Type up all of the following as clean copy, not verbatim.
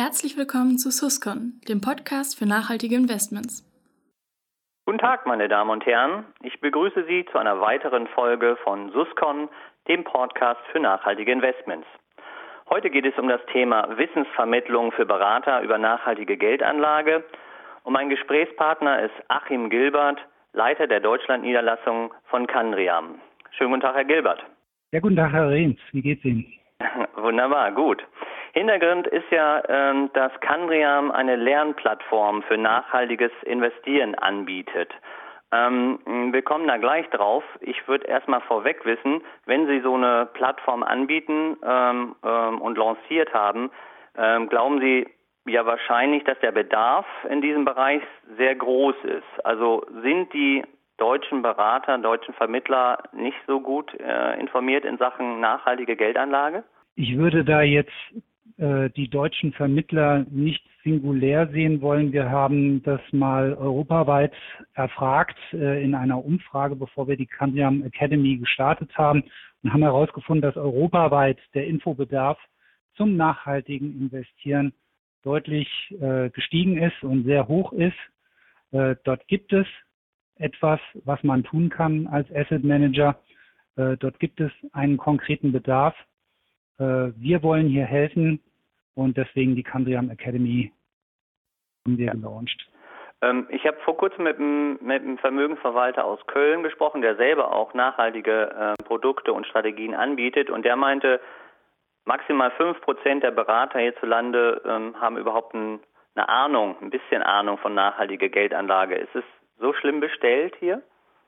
Herzlich willkommen zu Suscon, dem Podcast für nachhaltige Investments. Guten Tag, meine Damen und Herren. Ich begrüße Sie zu einer weiteren Folge von Suscon, dem Podcast für nachhaltige Investments. Heute geht es um das Thema Wissensvermittlung für Berater über nachhaltige Geldanlage. Und mein Gesprächspartner ist Achim Gilbert, Leiter der Deutschlandniederlassung von Canriam. Schönen guten Tag, Herr Gilbert. Ja, guten Tag, Herr Rehns. Wie geht's Ihnen? Wunderbar, gut. Hintergrund ist ja, dass Canriam eine Lernplattform für nachhaltiges Investieren anbietet. Wir kommen da gleich drauf. Ich würde erstmal vorweg wissen, wenn Sie so eine Plattform anbieten und lanciert haben, glauben Sie ja wahrscheinlich, dass der Bedarf in diesem Bereich sehr groß ist. Also sind die deutschen Berater, deutschen Vermittler nicht so gut informiert in Sachen nachhaltige Geldanlage? Ich würde da jetzt die deutschen Vermittler nicht singulär sehen wollen. Wir haben das mal europaweit erfragt in einer Umfrage, bevor wir die Canriam Academy gestartet haben, und haben herausgefunden, dass europaweit der Infobedarf zum nachhaltigen Investieren deutlich gestiegen ist und sehr hoch ist. Dort gibt es etwas, was man tun kann als Asset Manager. Dort gibt es einen konkreten Bedarf. Wir wollen hier helfen und deswegen die Canriam Academy haben wir gelauncht. Ich habe vor kurzem mit einem Vermögensverwalter aus Köln gesprochen, der selber auch nachhaltige Produkte und Strategien anbietet, und der meinte, maximal 5% der Berater hierzulande haben überhaupt eine Ahnung, ein bisschen Ahnung von nachhaltiger Geldanlage. Ist es so schlimm bestellt hier?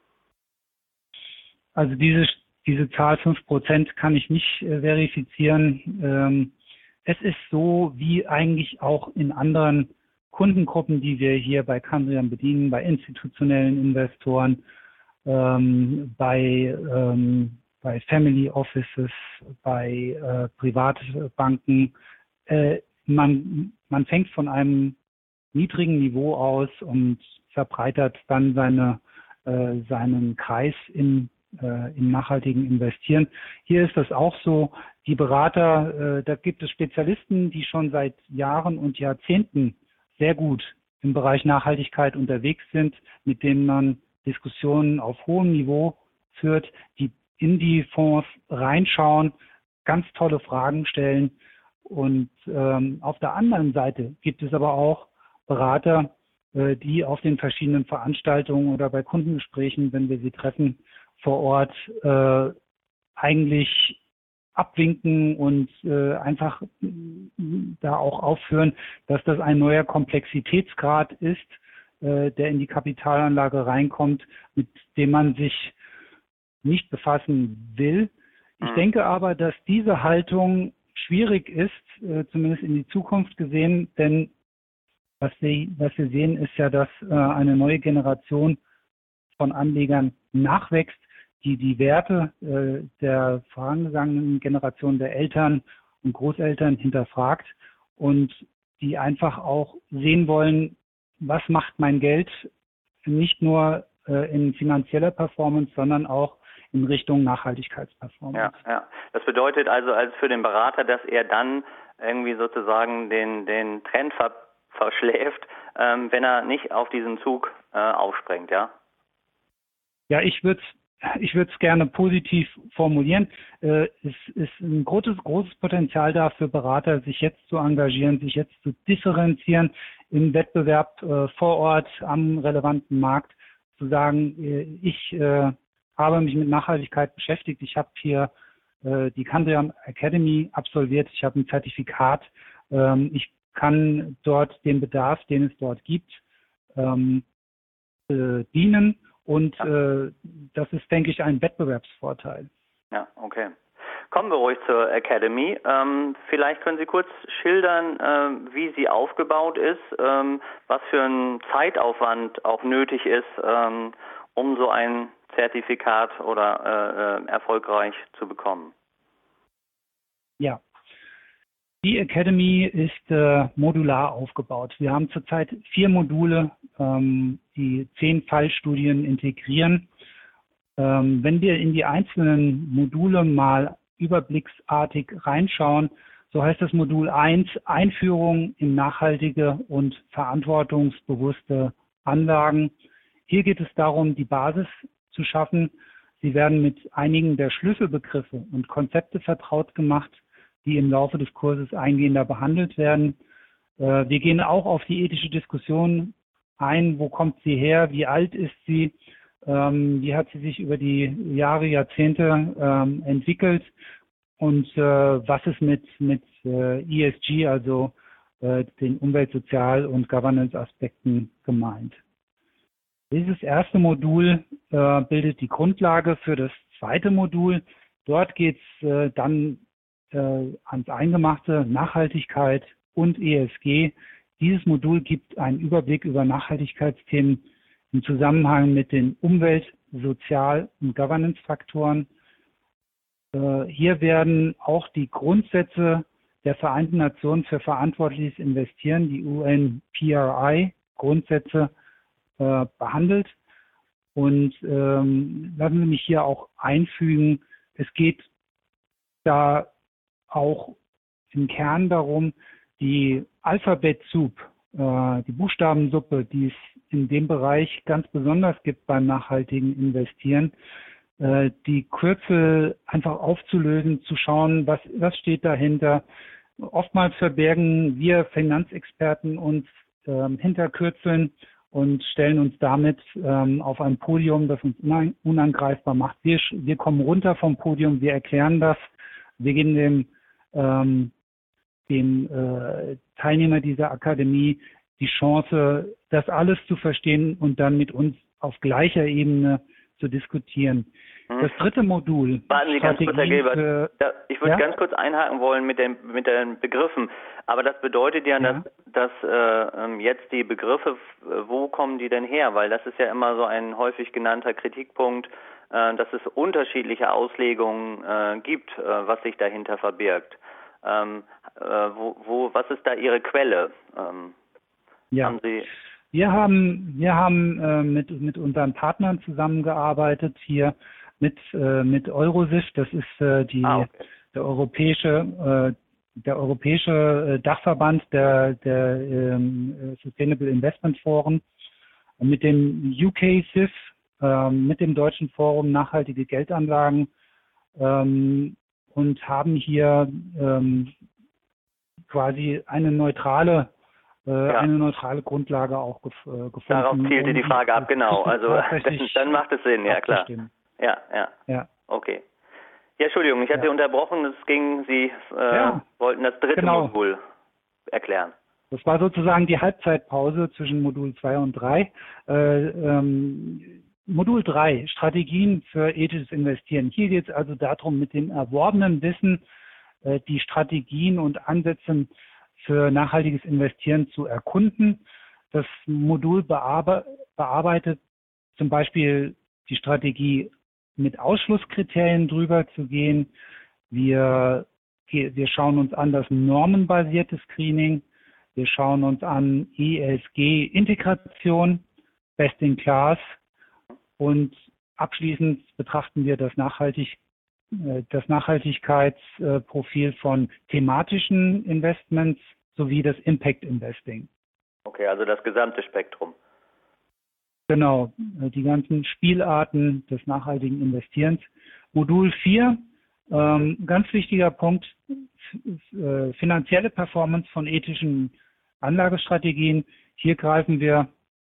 Also diese Zahl 5% kann ich nicht verifizieren. Es ist so, wie eigentlich auch in anderen Kundengruppen, die wir hier bei Canriam bedienen, bei institutionellen Investoren, bei Family Offices, bei Privatbanken. Man fängt von einem niedrigen Niveau aus und verbreitert dann seinen Kreis im nachhaltigen Investieren. Hier ist das auch so. Die Berater, da gibt es Spezialisten, die schon seit Jahren und Jahrzehnten sehr gut im Bereich Nachhaltigkeit unterwegs sind, mit denen man Diskussionen auf hohem Niveau führt, die in die Fonds reinschauen, ganz tolle Fragen stellen. Und auf der anderen Seite gibt es aber auch Berater, die auf den verschiedenen Veranstaltungen oder bei Kundengesprächen, wenn wir sie treffen, vor Ort eigentlich abwinken und einfach da auch aufführen, dass das ein neuer Komplexitätsgrad ist, der in die Kapitalanlage reinkommt, mit dem man sich nicht befassen will. Ich denke aber, dass diese Haltung schwierig ist, zumindest in die Zukunft gesehen, denn was wir sehen, ist ja, dass eine neue Generation von Anlegern nachwächst, die Werte der vorangegangenen Generation der Eltern und Großeltern hinterfragt und die einfach auch sehen wollen, was macht mein Geld nicht nur in finanzieller Performance, sondern auch in Richtung Nachhaltigkeitsperformance. Ja. Das bedeutet also als für den Berater, dass er dann irgendwie sozusagen den Trend verschläft, wenn er nicht auf diesen Zug aufspringt, ja? Ja, ich würde es gerne positiv formulieren. Es ist ein großes Potenzial da für Berater, sich jetzt zu engagieren, sich jetzt zu differenzieren im Wettbewerb vor Ort am relevanten Markt, zu sagen, ich habe mich mit Nachhaltigkeit beschäftigt, ich habe hier die Canriam Academy absolviert, ich habe ein Zertifikat, ich kann dort den Bedarf, den es dort gibt, dienen. Und das ist, denke ich, ein Wettbewerbsvorteil. Ja, okay. Kommen wir ruhig zur Academy. Vielleicht können Sie kurz schildern, wie sie aufgebaut ist, was für ein Zeitaufwand auch nötig ist, um so ein Zertifikat oder erfolgreich zu bekommen. Ja. Die Academy ist modular aufgebaut. Wir haben zurzeit 4 Module, die 10 Fallstudien integrieren. Wenn wir in die einzelnen Module mal überblicksartig reinschauen, So heißt das Modul 1, Einführung in nachhaltige und verantwortungsbewusste Anlagen. Hier geht es darum, die Basis zu schaffen. Sie werden mit einigen der Schlüsselbegriffe und Konzepte vertraut gemacht, die im Laufe des Kurses eingehender behandelt werden. Wir gehen auch auf die ethische Diskussion ein. Wo kommt sie her? Wie alt ist sie? Wie hat sie sich über die Jahre, Jahrzehnte entwickelt? Und was ist mit ESG, also den Umwelt-, Sozial- und Governance-Aspekten gemeint? Dieses erste Modul bildet die Grundlage für das zweite Modul. Dort geht es dann ans Eingemachte, Nachhaltigkeit und ESG. Dieses Modul gibt einen Überblick über Nachhaltigkeitsthemen im Zusammenhang mit den Umwelt-, Sozial- und Governance-Faktoren. Hier werden auch die Grundsätze der Vereinten Nationen für verantwortliches Investieren, die UNPRI-Grundsätze, behandelt. Und lassen Sie mich hier auch einfügen, es geht da auch im Kern darum, die Alphabet-Soup, die Buchstabensuppe, die es in dem Bereich ganz besonders gibt beim nachhaltigen Investieren, die Kürzel einfach aufzulösen, zu schauen, was steht dahinter. Oftmals verbergen wir Finanzexperten uns hinter Kürzeln und stellen uns damit auf ein Podium, das uns unangreifbar macht. Wir kommen runter vom Podium, wir erklären das, wir geben dem Teilnehmer dieser Akademie die Chance, das alles zu verstehen und dann mit uns auf gleicher Ebene zu diskutieren. Das dritte Modul. Warten Sie ganz kurz, Herr Gilbert. Ich würde ganz kurz einhaken wollen mit den Begriffen. Aber das bedeutet ja. Dass jetzt die Begriffe, wo kommen die denn her? Weil das ist ja immer so ein häufig genannter Kritikpunkt, dass es unterschiedliche Auslegungen gibt, was sich dahinter verbirgt. Was ist da Ihre Quelle? Haben Sie... Wir haben mit unseren Partnern zusammengearbeitet hier mit Eurosif. Das ist der europäische Dachverband der Sustainable Investment Foren, mit dem UK SIF, mit dem Deutschen Forum Nachhaltige Geldanlagen und haben hier quasi eine neutrale Grundlage auch gefunden. Darauf zielte die Frage ab, genau. Also dann macht es Sinn, ja klar. Ja. Okay. Ja, Entschuldigung, ich hatte unterbrochen. Sie wollten das dritte Modul erklären. Das war sozusagen die Halbzeitpause zwischen Modul 2 und 3. Modul 3, Strategien für ethisches Investieren. Hier geht es also darum, mit dem erworbenen Wissen die Strategien und Ansätze für nachhaltiges Investieren zu erkunden. Das Modul bearbeitet zum Beispiel die Strategie, mit Ausschlusskriterien drüber zu gehen. Wir schauen uns an das normenbasierte Screening. Wir schauen uns an ESG-Integration, Best in Class. Und abschließend betrachten wir das Nachhaltigkeitsprofil von thematischen Investments sowie das Impact Investing. Okay, also das gesamte Spektrum. Genau, die ganzen Spielarten des nachhaltigen Investierens. Modul 4, ganz wichtiger Punkt, finanzielle Performance von ethischen Anlagestrategien. Hier greifen wir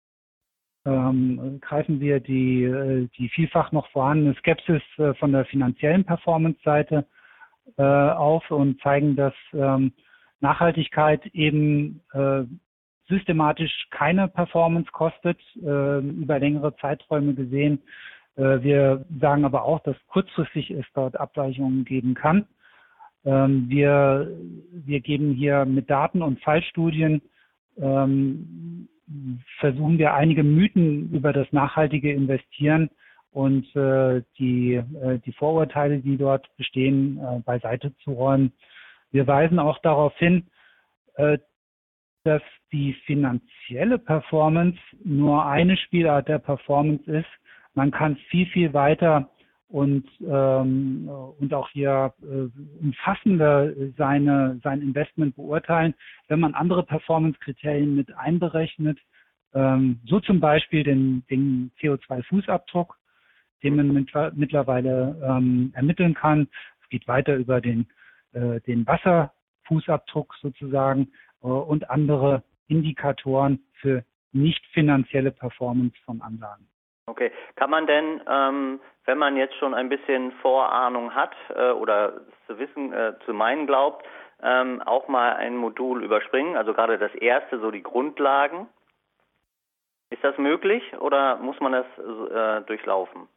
die vielfach noch vorhandene Skepsis von der finanziellen Performance-Seite auf und zeigen, dass Nachhaltigkeit eben systematisch keine Performance kostet, über längere Zeiträume gesehen. Wir sagen aber auch, dass kurzfristig es dort Abweichungen geben kann. Wir geben hier mit Daten und Fallstudien versuchen wir einige Mythen über das nachhaltige Investieren und die Vorurteile, die dort bestehen, beiseite zu räumen. Wir weisen auch darauf hin, dass die finanzielle Performance nur eine Spielart der Performance ist. Man kann viel, viel weiter und auch hier umfassender sein Investment beurteilen, wenn man andere Performance-Kriterien mit einberechnet, so zum Beispiel den CO2-Fußabdruck, den man mittlerweile ermitteln kann. Es geht weiter über den Wasserfußabdruck sozusagen und andere Indikatoren für nicht finanzielle Performance von Anlagen. Okay. Kann man denn, wenn man jetzt schon ein bisschen Vorahnung hat oder zu wissen, zu meinen glaubt, auch mal ein Modul überspringen, also gerade das erste, so die Grundlagen? Ist das möglich oder muss man das durchlaufen?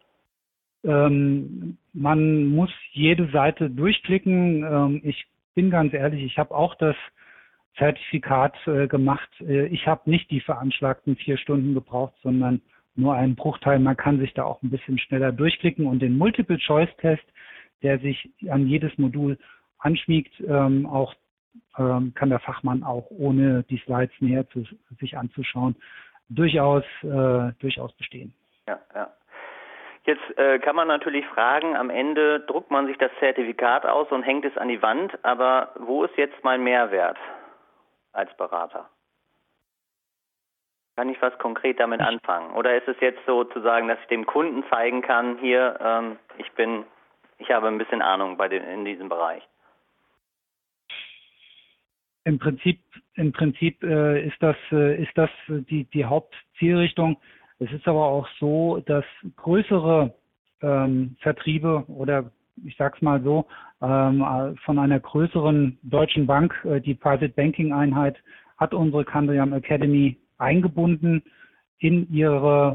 Man muss jede Seite durchklicken. Ich bin ganz ehrlich, ich habe auch das Zertifikat gemacht. Ich habe nicht die veranschlagten 4 Stunden gebraucht, sondern nur einen Bruchteil. Man kann sich da auch ein bisschen schneller durchklicken und den Multiple-Choice-Test, der sich an jedes Modul anschmiegt, kann der Fachmann auch ohne die Slides näher sich anzuschauen, durchaus bestehen. Ja. Jetzt kann man natürlich fragen, am Ende druckt man sich das Zertifikat aus und hängt es an die Wand, aber wo ist jetzt mein Mehrwert als Berater? Kann ich was konkret damit anfangen? Oder ist es jetzt sozusagen, dass ich dem Kunden zeigen kann, hier, ich habe ein bisschen Ahnung in diesem Bereich? Im Prinzip ist das die Hauptzielrichtung. Es ist aber auch so, dass größere Vertriebe oder ich sag's mal so, von einer größeren deutschen Bank, die Private Banking Einheit, hat unsere Candriam Academy eingebunden in ihr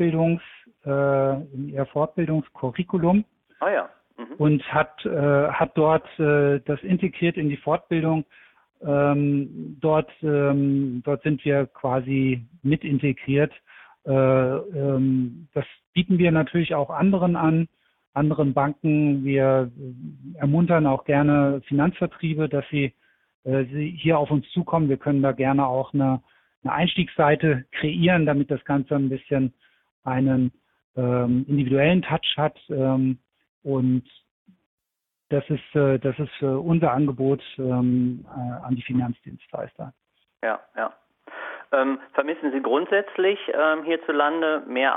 Fortbildungscurriculum. Ah ja. Und hat dort das integriert in die Fortbildung. Dort sind wir quasi mit integriert. Das bieten wir natürlich auch anderen Banken. Wir ermuntern auch gerne Finanzvertriebe, dass sie hier auf uns zukommen. Wir können da gerne auch eine Einstiegsseite kreieren, damit das Ganze ein bisschen einen individuellen Touch hat. Und das ist unser Angebot an die Finanzdienstleister. Ja. Vermissen Sie grundsätzlich hierzulande mehr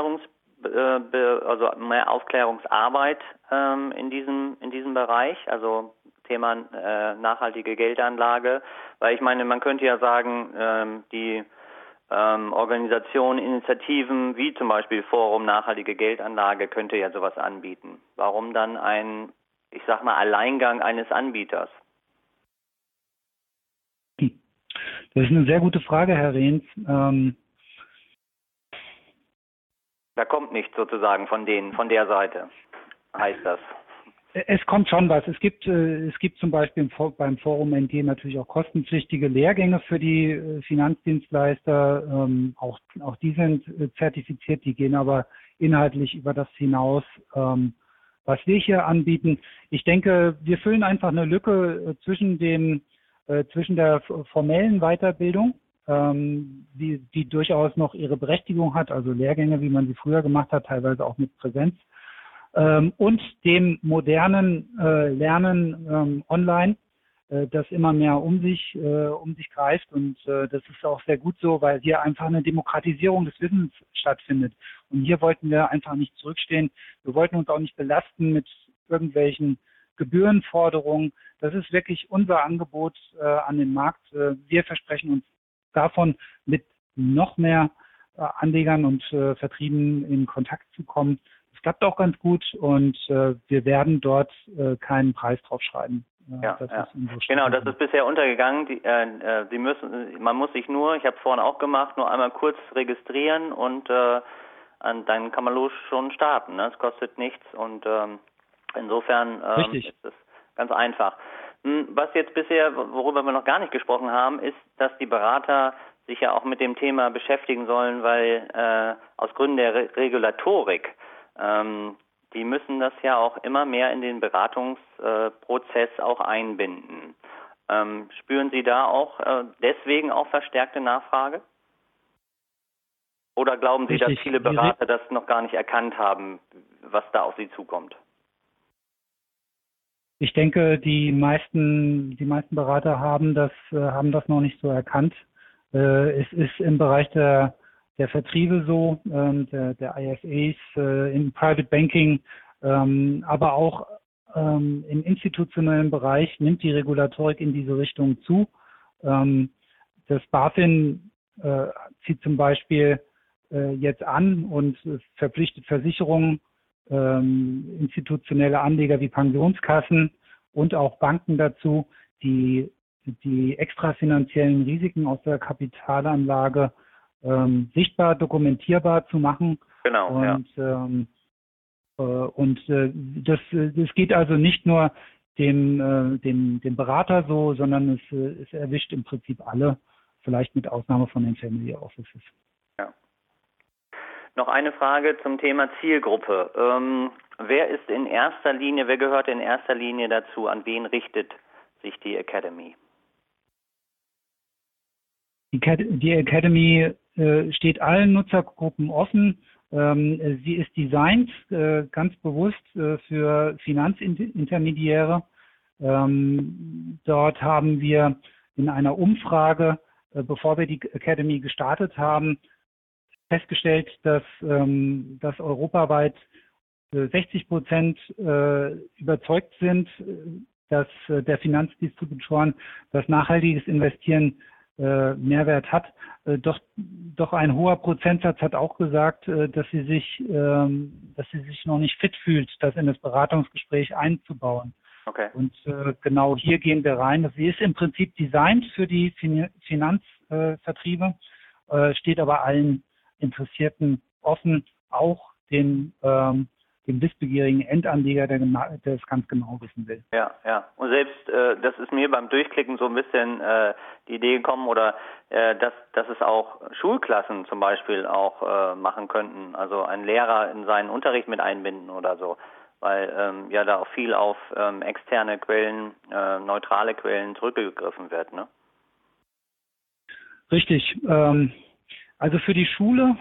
mehr Aufklärungsarbeit in diesem Bereich, also Thema nachhaltige Geldanlage? Weil ich meine, man könnte ja sagen, die Organisationen, Initiativen wie zum Beispiel Forum Nachhaltige Geldanlage könnte ja sowas anbieten. Warum dann ein, ich sag mal, Alleingang eines Anbieters? Das ist eine sehr gute Frage, Herr Rehns. Da kommt nichts sozusagen von der Seite, heißt das. Es kommt schon was. Es gibt zum Beispiel beim Forum NG natürlich auch kostenpflichtige Lehrgänge für die Finanzdienstleister. Auch die sind zertifiziert, die gehen aber inhaltlich über das hinaus, was wir hier anbieten. Ich denke, wir füllen einfach eine Lücke zwischen der formellen Weiterbildung, die durchaus noch ihre Berechtigung hat, also Lehrgänge, wie man sie früher gemacht hat, teilweise auch mit Präsenz, und dem modernen Lernen online, das immer mehr um sich greift. Und das ist auch sehr gut so, weil hier einfach eine Demokratisierung des Wissens stattfindet. Und hier wollten wir einfach nicht zurückstehen. Wir wollten uns auch nicht belasten mit irgendwelchen Gebührenforderungen. Das ist wirklich unser Angebot an den Markt. Wir versprechen uns davon, mit noch mehr Anlegern und Vertrieben in Kontakt zu kommen. Es klappt auch ganz gut und wir werden dort keinen Preis drauf schreiben. Genau, das ist bisher untergegangen. Man muss sich nur, ich habe es vorhin auch gemacht, nur einmal kurz registrieren und dann kann man schon starten. Ne? Es kostet nichts und insofern ist es ganz einfach. Was jetzt bisher, worüber wir noch gar nicht gesprochen haben, ist, dass die Berater sich ja auch mit dem Thema beschäftigen sollen, weil aus Gründen der Regulatorik, die müssen das ja auch immer mehr in den Beratungsprozess auch einbinden. Spüren Sie da auch deswegen auch verstärkte Nachfrage? Oder glauben Sie, dass viele Berater das noch gar nicht erkannt haben, was da auf Sie zukommt? Ich denke, die meisten Berater haben das noch nicht so erkannt. Es ist im Bereich der Vertriebe so, der IFAs, im Private Banking, aber auch im institutionellen Bereich nimmt die Regulatorik in diese Richtung zu. Das BaFin zieht zum Beispiel jetzt an und verpflichtet Versicherungen, institutionelle Anleger wie Pensionskassen und auch Banken dazu, die extrafinanziellen Risiken aus der Kapitalanlage sichtbar, dokumentierbar zu machen. Genau. Das geht also nicht nur dem Berater so, sondern es erwischt im Prinzip alle, vielleicht mit Ausnahme von den Family Offices. Ja. Noch eine Frage zum Thema Zielgruppe. Wer gehört in erster Linie dazu? An wen richtet sich die Academy? Die Academy steht allen Nutzergruppen offen. Sie ist designt ganz bewusst für Finanzintermediäre. Dort haben wir in einer Umfrage, bevor wir die Academy gestartet haben, festgestellt, dass europaweit 60% überzeugt sind, dass der Finanzdistributoren das nachhaltiges Investieren Mehrwert hat. Doch ein hoher Prozentsatz hat auch gesagt, dass sie sich noch nicht fit fühlt, das in das Beratungsgespräch einzubauen. Okay. Und genau hier gehen wir rein. Sie ist im Prinzip designt für die Finanzvertriebe, steht aber allen Interessierten offen, auch dem wissbegierigen Endanleger, der es ganz genau wissen will. Ja. Und selbst, das ist mir beim Durchklicken so ein bisschen die Idee gekommen, oder dass es auch Schulklassen zum Beispiel auch machen könnten, also einen Lehrer in seinen Unterricht mit einbinden oder so, weil da auch viel auf externe Quellen, neutrale Quellen zurückgegriffen wird, ne? Richtig. Also für die Schule,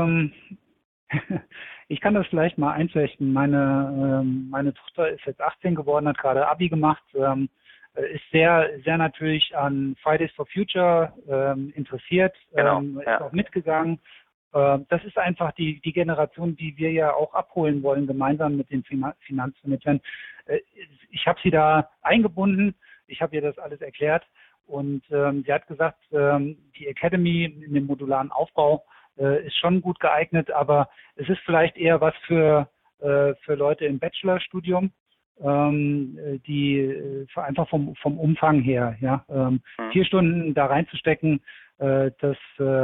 ich kann das vielleicht mal einflechten. Meine Tochter ist jetzt 18 geworden, hat gerade Abi gemacht, ist sehr, sehr natürlich an Fridays for Future interessiert, Genau, ist auch mitgegangen. Das ist einfach die Generation, die wir ja auch abholen wollen, gemeinsam mit den Finanzvermittlern. Ich habe sie da eingebunden, ich habe ihr das alles erklärt und sie hat gesagt, die Academy in dem modularen Aufbau ist schon gut geeignet, aber es ist vielleicht eher was für Leute im Bachelorstudium, die einfach vom Umfang her, 4 Stunden da reinzustecken, das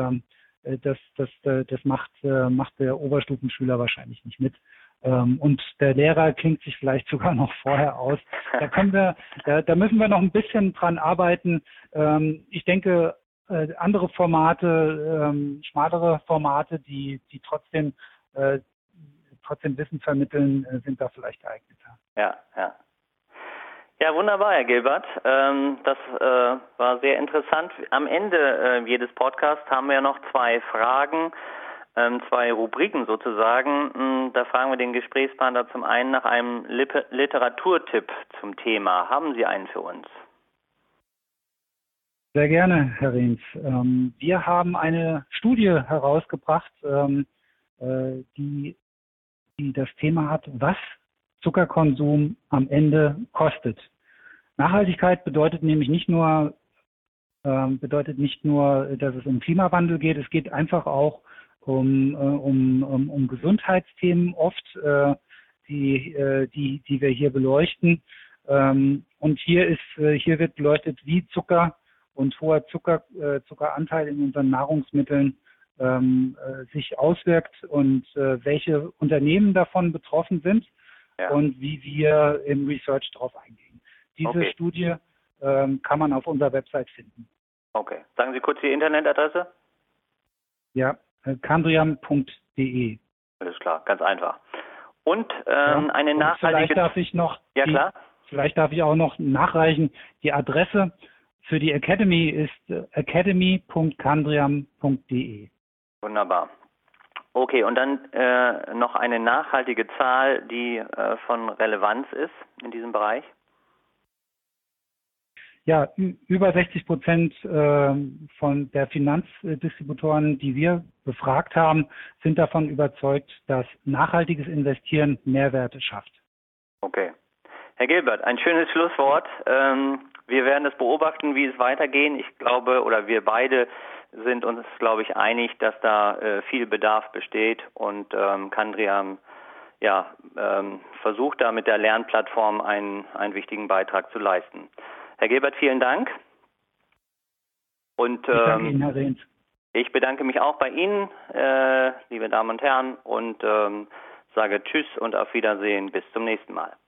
macht der Oberstufenschüler wahrscheinlich nicht mit. Und der Lehrer klingt sich vielleicht sogar noch vorher aus. Da müssen wir noch ein bisschen dran arbeiten. Ich denke, andere Formate, schmalere Formate, die trotzdem Wissen vermitteln, sind da vielleicht geeigneter. Ja. Ja, wunderbar, Herr Gilbert. Das war sehr interessant. Am Ende jedes Podcasts haben wir noch 2 Fragen, 2 Rubriken sozusagen. Da fragen wir den Gesprächspartner zum einen nach einem Literaturtipp zum Thema. Haben Sie einen für uns? Sehr gerne, Herr Rehns. Wir haben eine Studie herausgebracht, die das Thema hat, was Zuckerkonsum am Ende kostet. Nachhaltigkeit bedeutet nämlich nicht nur, dass es um Klimawandel geht. Es geht einfach auch um Gesundheitsthemen oft, die wir hier beleuchten. Und hier wird beleuchtet, wie Zucker und hoher Zuckeranteil in unseren Nahrungsmitteln sich auswirkt und welche Unternehmen davon betroffen sind und wie wir im Research darauf eingehen. Diese Studie kann man auf unserer Website finden. Okay. Sagen Sie kurz die Internetadresse? Ja, candriam.de. Alles klar, ganz einfach. Und eine nachhaltige... Vielleicht darf ich auch noch nachreichen. Die Adresse für die Academy ist academy.candriam.de. Wunderbar. Okay, und dann noch eine nachhaltige Zahl, die von Relevanz ist in diesem Bereich? Ja, über 60% von der Finanzdistributoren, die wir befragt haben, sind davon überzeugt, dass nachhaltiges Investieren Mehrwerte schafft. Okay. Herr Gilbert, ein schönes Schlusswort. Wir werden es beobachten, wie es weitergeht. Ich glaube, oder wir beide sind uns, glaube ich, einig, dass da viel Bedarf besteht und Candriam versucht da mit der Lernplattform einen wichtigen Beitrag zu leisten. Herr Gilbert, vielen Dank. Und ich danke Ihnen, Herr Rehns. Ich bedanke mich auch bei Ihnen, liebe Damen und Herren, und sage Tschüss und auf Wiedersehen. Bis zum nächsten Mal.